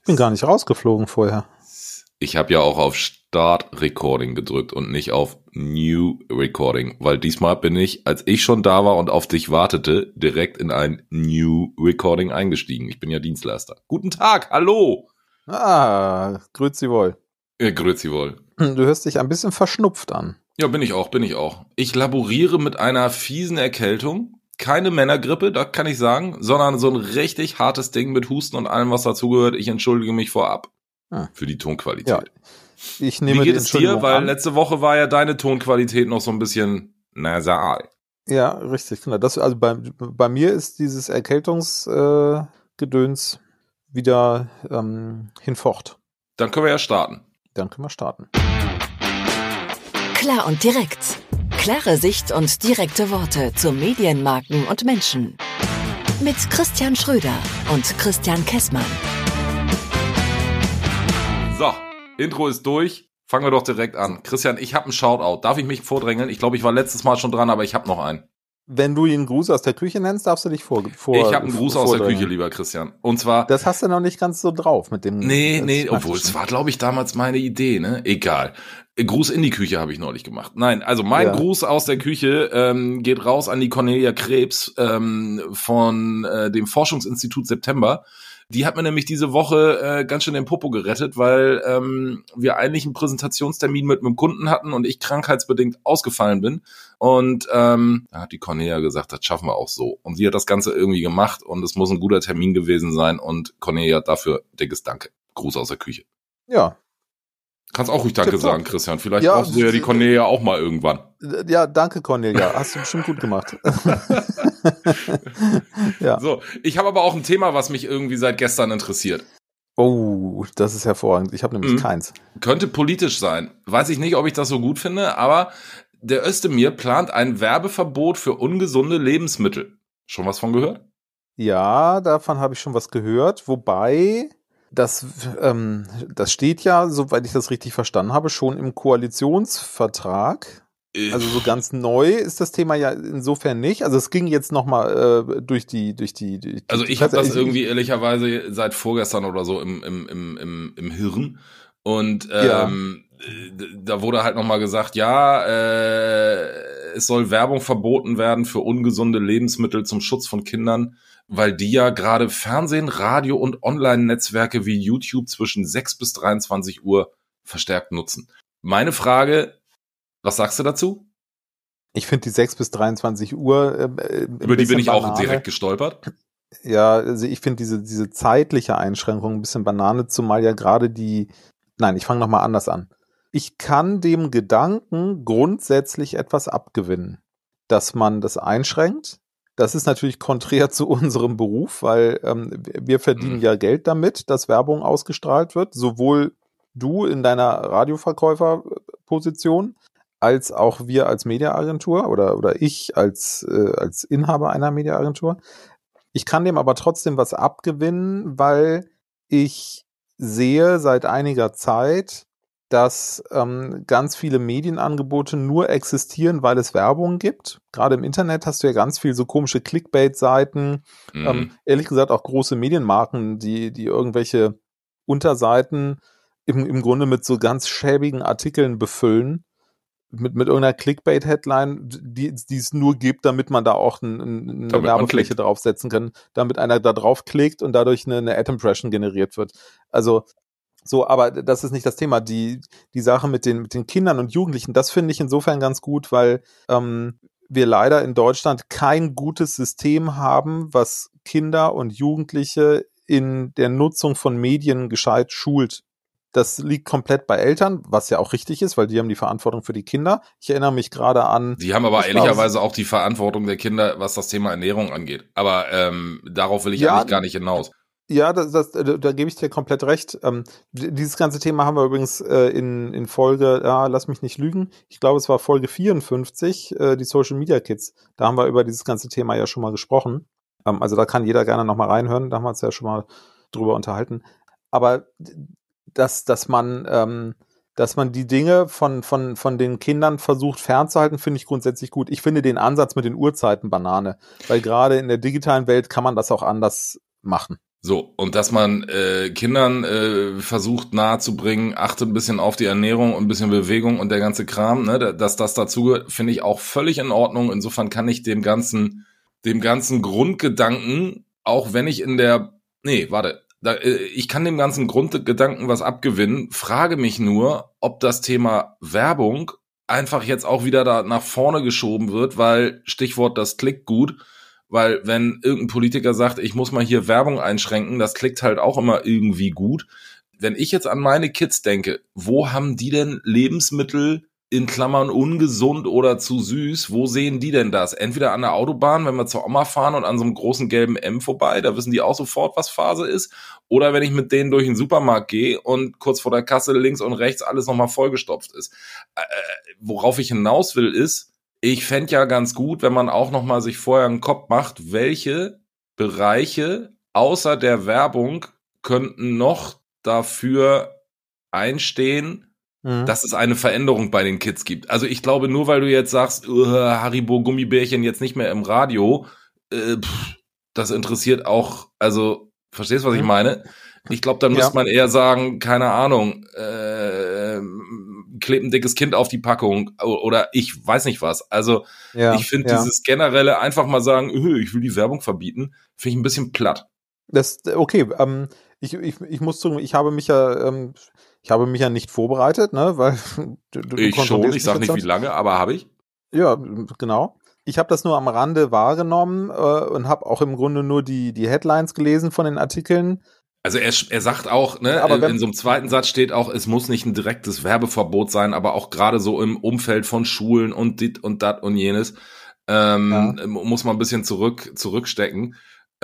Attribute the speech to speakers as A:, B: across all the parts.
A: bin gar nicht rausgeflogen vorher.
B: Ich habe ja auch auf Start Recording gedrückt und nicht auf New Recording, weil diesmal bin ich, als ich schon da war und auf dich wartete, direkt in ein New Recording eingestiegen. Ich bin ja Dienstleister. Guten Tag, hallo!
A: Grüezi wohl.
B: Grüezi wohl.
A: Du hörst dich ein bisschen verschnupft an.
B: Ja, bin ich auch. Ich laboriere mit einer fiesen Erkältung. Keine Männergrippe, das kann ich sagen, sondern so ein richtig hartes Ding mit Husten und allem, was dazugehört. Ich entschuldige mich vorab für die Tonqualität.
A: Ja, ich nehme
B: Wie geht
A: die
B: es dir?
A: Entschuldigung
B: Weil
A: an.
B: letzte Woche war ja deine Tonqualität noch so ein bisschen nasal.
A: Ja, richtig, genau. Also bei mir ist dieses Erkältungsgedöns wieder hinfort.
B: Dann können wir ja starten.
A: Dann können wir starten.
C: Klar und direkt. Klare Sicht und direkte Worte zu Medien, Marken und Menschen. Mit Christian Schröder und Christian Kessmann.
B: So, Intro ist durch. Fangen wir doch direkt an. Christian, ich habe einen Shoutout. Darf ich mich vordrängeln? Ich glaube, ich war letztes Mal schon dran, aber ich habe noch einen.
A: Wenn du ihn Gruß aus der Küche nennst, darfst du dich vor.
B: Ich habe einen Gruß aus der Küche, lieber Christian. Und zwar.
A: Das hast du noch nicht ganz so drauf mit dem.
B: Nee, obwohl es war, glaube ich, damals meine Idee, ne? Egal. Gruß in die Küche habe ich neulich gemacht. Nein, also mein Gruß aus der Küche geht raus an die Cornelia Krebs von dem Forschungsinstitut September. Die hat mir nämlich diese Woche ganz schön den Popo gerettet, weil wir eigentlich einen Präsentationstermin mit einem Kunden hatten und ich krankheitsbedingt ausgefallen bin. Und da hat die Cornelia gesagt, das schaffen wir auch so. Und sie hat das Ganze irgendwie gemacht und es muss ein guter Termin gewesen sein. Und Cornelia dafür dickes Danke. Gruß aus der Küche.
A: Ja.
B: Kannst auch ruhig Danke sagen, Christian. Vielleicht brauchst du ja die Cornelia auch mal irgendwann.
A: Ja, danke, Cornelia. Hast du bestimmt gut gemacht. Ja.
B: So, ich habe aber auch ein Thema, was mich irgendwie seit gestern interessiert.
A: Oh, das ist hervorragend. Ich habe nämlich keins.
B: Könnte politisch sein. Weiß ich nicht, ob ich das so gut finde, aber der Özdemir plant ein Werbeverbot für ungesunde Lebensmittel. Schon was von gehört?
A: Ja, davon habe ich schon was gehört. Wobei, das steht ja, soweit ich das richtig verstanden habe, schon im Koalitionsvertrag. Also so ganz neu ist das Thema ja insofern nicht. Also es ging jetzt nochmal durch die.
B: Also ich habe das irgendwie ehrlicherweise seit vorgestern oder so im Hirn. Und da wurde halt nochmal gesagt, es soll Werbung verboten werden für ungesunde Lebensmittel zum Schutz von Kindern, weil die ja gerade Fernsehen, Radio und Online-Netzwerke wie YouTube zwischen 6 bis 23 Uhr verstärkt nutzen. Meine Frage: Was sagst du dazu?
A: Ich finde die 6 bis 23 Uhr
B: über die bin ich Banane. Auch direkt gestolpert.
A: Ja, also ich finde diese zeitliche Einschränkung ein bisschen Banane, zumal ja gerade Nein, ich fange nochmal anders an. Ich kann dem Gedanken grundsätzlich etwas abgewinnen, dass man das einschränkt. Das ist natürlich konträr zu unserem Beruf, weil wir verdienen ja Geld damit, dass Werbung ausgestrahlt wird, sowohl du in deiner Radioverkäuferposition als auch wir als Mediaagentur oder ich als Inhaber einer Mediaagentur. Ich kann dem aber trotzdem was abgewinnen, weil ich sehe seit einiger Zeit, dass ganz viele Medienangebote nur existieren, weil es Werbung gibt. Gerade im Internet hast du ja ganz viel so komische Clickbait-Seiten, ehrlich gesagt auch große Medienmarken, die irgendwelche Unterseiten im Grunde mit so ganz schäbigen Artikeln befüllen, mit irgendeiner Clickbait-Headline, die es nur gibt, damit man da auch eine Werbefläche draufsetzen kann, damit einer da draufklickt und dadurch eine Ad-Impression generiert wird. Also so, aber das ist nicht das Thema. Die Sache mit den Kindern und Jugendlichen, das finde ich insofern ganz gut, weil wir leider in Deutschland kein gutes System haben, was Kinder und Jugendliche in der Nutzung von Medien gescheit schult. Das liegt komplett bei Eltern, was ja auch richtig ist, weil die haben die Verantwortung für die Kinder. Ich erinnere mich gerade an...
B: Die haben aber ehrlicherweise auch die Verantwortung der Kinder, was das Thema Ernährung angeht. Aber darauf will ich eigentlich gar nicht hinaus.
A: Ja, da gebe ich dir komplett recht. Dieses ganze Thema haben wir übrigens in Folge, lass mich nicht lügen, ich glaube, es war Folge 54, die Social Media Kids. Da haben wir über dieses ganze Thema ja schon mal gesprochen. Also da kann jeder gerne noch mal reinhören, da haben wir uns ja schon mal drüber unterhalten. Aber dass man die Dinge von den Kindern versucht fernzuhalten, finde ich grundsätzlich gut. Ich finde den Ansatz mit den Uhrzeiten Banane, weil gerade in der digitalen Welt kann man das auch anders machen.
B: So, und dass man Kindern versucht nahezubringen, achtet ein bisschen auf die Ernährung und ein bisschen Bewegung und der ganze Kram, ne, dass das dazugehört, finde ich auch völlig in Ordnung. Insofern kann ich dem ganzen Grundgedanken, auch wenn ich ich kann dem ganzen Grundgedanken was abgewinnen, frage mich nur, ob das Thema Werbung einfach jetzt auch wieder da nach vorne geschoben wird, weil Stichwort, das klickt gut, weil wenn irgendein Politiker sagt, ich muss mal hier Werbung einschränken, das klickt halt auch immer irgendwie gut. Wenn ich jetzt an meine Kids denke, wo haben die denn Lebensmittel in Klammern ungesund oder zu süß, wo sehen die denn das? Entweder an der Autobahn, wenn wir zur Oma fahren und an so einem großen gelben M vorbei, da wissen die auch sofort, was Phase ist. Oder wenn ich mit denen durch den Supermarkt gehe und kurz vor der Kasse links und rechts alles nochmal vollgestopft ist. Worauf ich hinaus will ist, ich fände ja ganz gut, wenn man auch nochmal sich vorher einen Kopf macht, welche Bereiche außer der Werbung könnten noch dafür einstehen, dass es eine Veränderung bei den Kids gibt. Also ich glaube, nur weil du jetzt sagst, Haribo Gummibärchen jetzt nicht mehr im Radio, das interessiert auch, also, verstehst du, was ich meine? Ich glaube, dann müsste man eher sagen, keine Ahnung, klebt ein dickes Kind auf die Packung oder ich weiß nicht was. Also ich finde dieses generelle einfach mal sagen, ich will die Werbung verbieten, finde ich ein bisschen platt.
A: Das okay. Ich muss zugeben, ich habe mich ja nicht vorbereitet, ne, weil
B: ich schon. Ich sage nicht wie lange, aber habe ich.
A: Ja, genau. Ich habe das nur am Rande wahrgenommen und habe auch im Grunde nur die Headlines gelesen von den Artikeln.
B: Also er sagt auch, ne, aber in so einem zweiten Satz steht auch, es muss nicht ein direktes Werbeverbot sein, aber auch gerade so im Umfeld von Schulen und dit und dat und jenes muss man ein bisschen zurückstecken.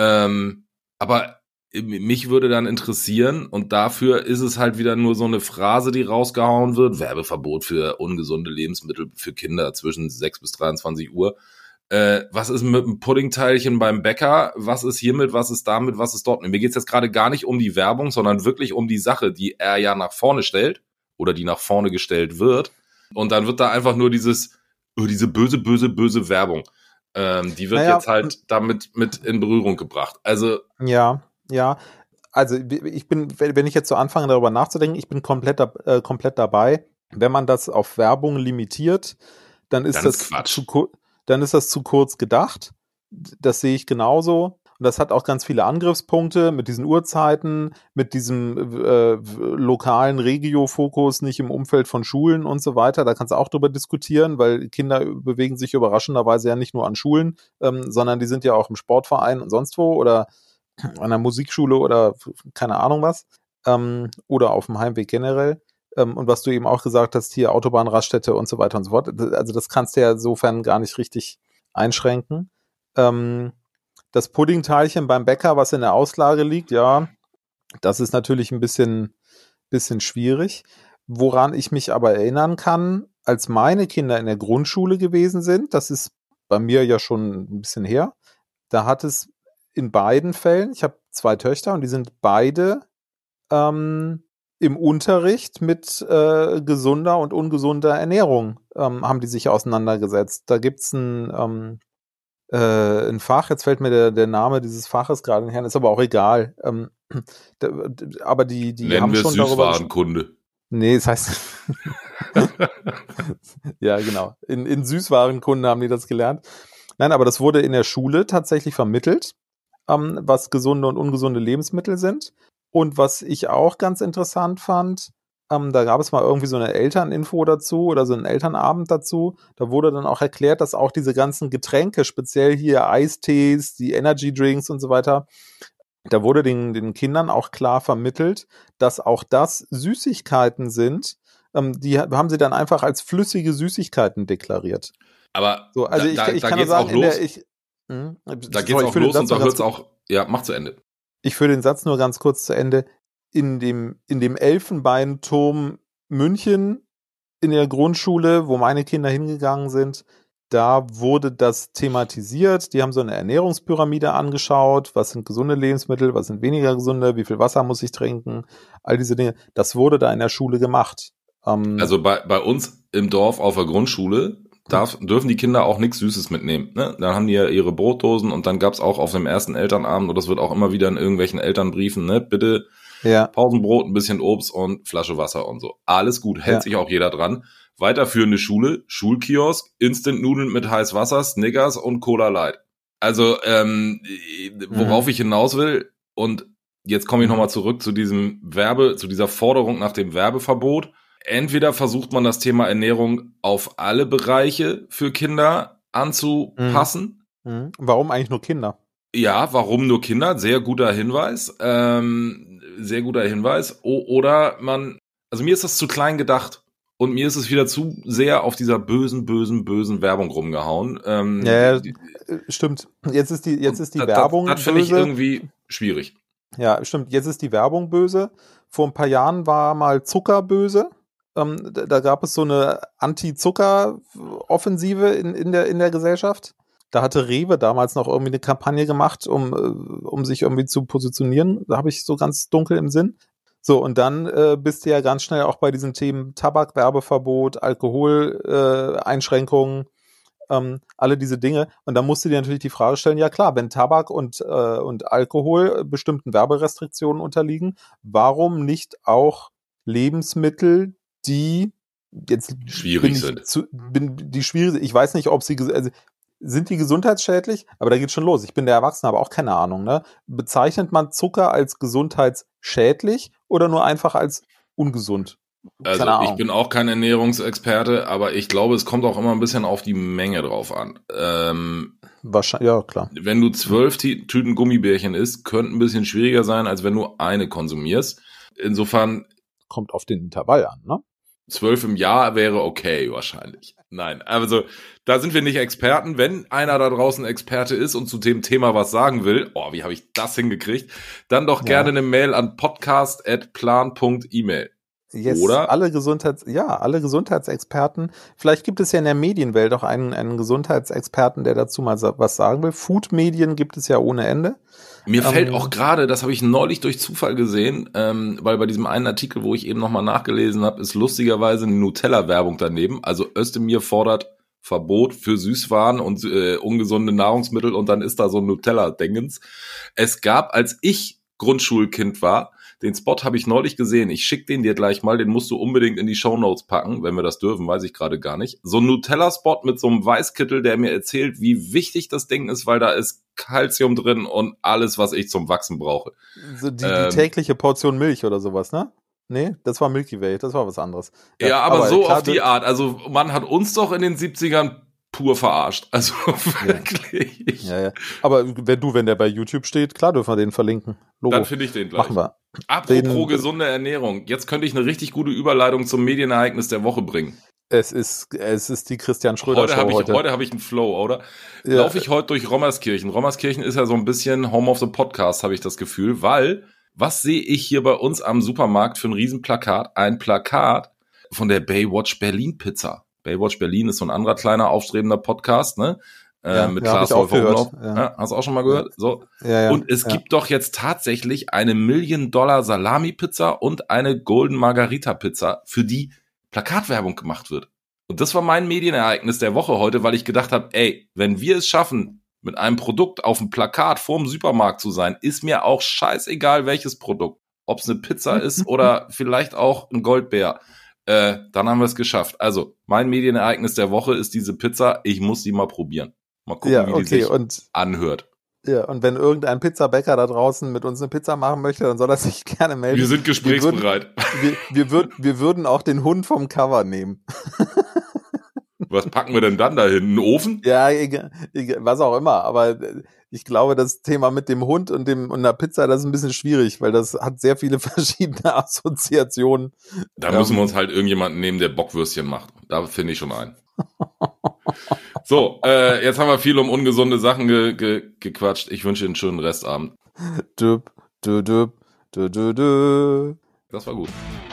B: Aber mich würde dann interessieren, und dafür ist es halt wieder nur so eine Phrase, die rausgehauen wird, Werbeverbot für ungesunde Lebensmittel für Kinder zwischen 6 bis 23 Uhr. Was ist mit dem Puddingteilchen beim Bäcker? Was ist hiermit? Was ist damit? Was ist dort? Mir geht's jetzt gerade gar nicht um die Werbung, sondern wirklich um die Sache, die er ja nach vorne stellt oder die nach vorne gestellt wird. Und dann wird da einfach nur diese böse Werbung. Die wird jetzt halt damit mit in Berührung gebracht. Also
A: ja. Also wenn ich jetzt so anfange, darüber nachzudenken, ich bin komplett dabei. Wenn man das auf Werbung limitiert, dann ist das zu kurz gedacht. Das sehe ich genauso. Und das hat auch ganz viele Angriffspunkte mit diesen Uhrzeiten, mit diesem lokalen Regio-Fokus, nicht im Umfeld von Schulen und so weiter. Da kannst du auch drüber diskutieren, weil Kinder bewegen sich überraschenderweise ja nicht nur an Schulen, sondern die sind ja auch im Sportverein und sonst wo oder an der Musikschule oder keine Ahnung was. Oder auf dem Heimweg generell. Und was du eben auch gesagt hast, hier Autobahnraststätte und so weiter und so fort. Also das kannst du ja insofern gar nicht richtig einschränken. Das Puddingteilchen beim Bäcker, was in der Auslage liegt, ja, das ist natürlich ein bisschen schwierig. Woran ich mich aber erinnern kann, als meine Kinder in der Grundschule gewesen sind, das ist bei mir ja schon ein bisschen her, da hat es in beiden Fällen, ich habe 2 Töchter und die sind beide im Unterricht mit gesunder und ungesunder Ernährung haben die sich auseinandergesetzt. Da gibt's ein Fach, jetzt fällt mir der Name dieses Faches gerade nicht her, ist aber auch egal. Aber die
B: nennen
A: haben
B: wir
A: schon
B: Süßwarenkunde.
A: Nee, das heißt ja, genau. In Süßwarenkunde haben die das gelernt. Nein, aber das wurde in der Schule tatsächlich vermittelt, was gesunde und ungesunde Lebensmittel sind. Und was ich auch ganz interessant fand, da gab es mal irgendwie so eine Elterninfo dazu oder so einen Elternabend dazu. Da wurde dann auch erklärt, dass auch diese ganzen Getränke, speziell hier Eistees, die Energy Drinks und so weiter, da wurde den Kindern auch klar vermittelt, dass auch das Süßigkeiten sind. Die haben sie dann einfach als flüssige Süßigkeiten deklariert.
B: Aber
A: so, also ich kann
B: geht's
A: sagen,
B: auch los. Da geht's auch los und da hört's auch, ja, mach zu Ende.
A: Ich führe den Satz nur ganz kurz zu Ende. In dem Elfenbeinturm München in der Grundschule, wo meine Kinder hingegangen sind, da wurde das thematisiert. Die haben so eine Ernährungspyramide angeschaut. Was sind gesunde Lebensmittel? Was sind weniger gesunde? Wie viel Wasser muss ich trinken? All diese Dinge. Das wurde da in der Schule gemacht.
B: Also bei uns im Dorf auf der Grundschule, dürfen die Kinder auch nichts Süßes mitnehmen. Ne? Dann haben die ja ihre Brotdosen und dann gab's auch auf dem ersten Elternabend, und das wird auch immer wieder in irgendwelchen Elternbriefen, ne, bitte Pausenbrot, ein bisschen Obst und Flasche Wasser und so. Alles gut, hält sich auch jeder dran. Weiterführende Schule, Schulkiosk, Instant-Nudeln mit heiß Wasser, Snickers und Cola Light. Also, worauf ich hinaus will, und jetzt komme ich nochmal zurück zu dieser Forderung nach dem Werbeverbot. Entweder versucht man das Thema Ernährung auf alle Bereiche für Kinder anzupassen.
A: Warum eigentlich nur Kinder?
B: Ja, warum nur Kinder? Sehr guter Hinweis. Oder also mir ist das zu klein gedacht. Und mir ist es wieder zu sehr auf dieser bösen Werbung rumgehauen.
A: Stimmt. Jetzt ist die Werbung böse.
B: Das finde ich irgendwie schwierig.
A: Ja, stimmt. Jetzt ist die Werbung böse. Vor ein paar Jahren war mal Zucker böse. Da gab es so eine Anti-Zucker-Offensive in der Gesellschaft. Da hatte Rewe damals noch irgendwie eine Kampagne gemacht, um sich irgendwie zu positionieren. Da habe ich so ganz dunkel im Sinn. So, und dann bist du ja ganz schnell auch bei diesen Themen Tabakwerbeverbot, Alkoholeinschränkungen, alle diese Dinge. Und da musst du dir natürlich die Frage stellen, ja klar, wenn Tabak und Alkohol bestimmten Werberestriktionen unterliegen, warum nicht auch Lebensmittel, die jetzt
B: schwierig sind?
A: Ich weiß nicht, ob sie sind die gesundheitsschädlich? Aber da geht's schon los. Ich bin der Erwachsene, aber auch keine Ahnung. Ne? Bezeichnet man Zucker als gesundheitsschädlich oder nur einfach als ungesund?
B: Also ich bin auch kein Ernährungsexperte, aber ich glaube, es kommt auch immer ein bisschen auf die Menge drauf an.
A: Wahrscheinlich, ja, klar.
B: Wenn du 12 Tüten Gummibärchen isst, könnte ein bisschen schwieriger sein, als wenn du eine konsumierst. Insofern
A: kommt auf den Intervall an, ne?
B: 12 im Jahr wäre okay, wahrscheinlich. Nein, also da sind wir nicht Experten. Wenn einer da draußen Experte ist und zu dem Thema was sagen will, wie habe ich das hingekriegt, dann doch gerne eine Mail an podcast@plan.email.
A: Yes,
B: oder?
A: Alle Gesundheitsexperten. Vielleicht gibt es ja in der Medienwelt auch einen Gesundheitsexperten, der dazu mal was sagen will. Food-Medien gibt es ja ohne Ende.
B: Mir fällt auch gerade, das habe ich neulich durch Zufall gesehen, weil bei diesem einen Artikel, wo ich eben nochmal nachgelesen habe, ist lustigerweise eine Nutella-Werbung daneben. Also Özdemir fordert Verbot für Süßwaren und ungesunde Nahrungsmittel, und dann ist da so ein Nutella-Dingens. Es gab, als ich Grundschulkind war, den Spot habe ich neulich gesehen. Ich schicke den dir gleich mal. Den musst du unbedingt in die Shownotes packen. Wenn wir das dürfen, weiß ich gerade gar nicht. So ein Nutella-Spot mit so einem Weißkittel, der mir erzählt, wie wichtig das Ding ist, weil da ist Calcium drin und alles, was ich zum Wachsen brauche.
A: So die tägliche Portion Milch oder sowas, ne? Nee, das war Milky Way. Das war was anderes.
B: Ja, aber so klar, auf die Art. Also man hat uns doch in den 70ern pur verarscht. Also wirklich.
A: Ja. Aber wenn der bei YouTube steht, klar dürfen wir den verlinken. Logo.
B: Dann finde ich den gleich.
A: Machen wir.
B: Apropos gesunde Ernährung. Jetzt könnte ich eine richtig gute Überleitung zum Medienereignis der Woche bringen.
A: Es ist die Christian Schröder Show heute.
B: Heute habe ich einen Flow, oder?
A: Ja.
B: Laufe ich heute durch Rommerskirchen. Rommerskirchen ist ja so ein bisschen Home of the Podcast, habe ich das Gefühl, weil, was sehe ich hier bei uns am Supermarkt für ein Riesenplakat? Ein Plakat von der Baywatch Berlin Pizza. Baywatch Berlin ist so ein anderer kleiner, aufstrebender Podcast, ne? Mit Klaas Häufer Umlauf. Ja, hast du auch schon mal gehört? So.
A: Ja.
B: Und es gibt doch jetzt tatsächlich eine $1 Million Salami-Pizza und eine Golden Margarita-Pizza, für die Plakatwerbung gemacht wird. Und das war mein Medienereignis der Woche heute, weil ich gedacht habe, wenn wir es schaffen, mit einem Produkt auf dem Plakat vorm Supermarkt zu sein, ist mir auch scheißegal, welches Produkt. Ob es eine Pizza ist oder vielleicht auch ein Goldbär. Dann haben wir es geschafft. Also, mein Medienereignis der Woche ist diese Pizza. Ich muss die mal probieren. Mal gucken, wie die sich anhört.
A: Ja, und wenn irgendein Pizzabäcker da draußen mit uns eine Pizza machen möchte, dann soll er sich gerne melden.
B: Wir sind gesprächsbereit.
A: Wir würden auch den Hund vom Cover nehmen.
B: Was packen wir denn dann dahin? Einen Ofen?
A: Ja, was auch immer. Aber ich glaube, das Thema mit dem Hund und einer Pizza, das ist ein bisschen schwierig, weil das hat sehr viele verschiedene Assoziationen.
B: Da müssen wir uns halt irgendjemanden nehmen, der Bockwürstchen macht. Da finde ich schon einen. So, jetzt haben wir viel um ungesunde Sachen gequatscht. Ich wünsche Ihnen einen schönen Restabend.
A: Das war gut.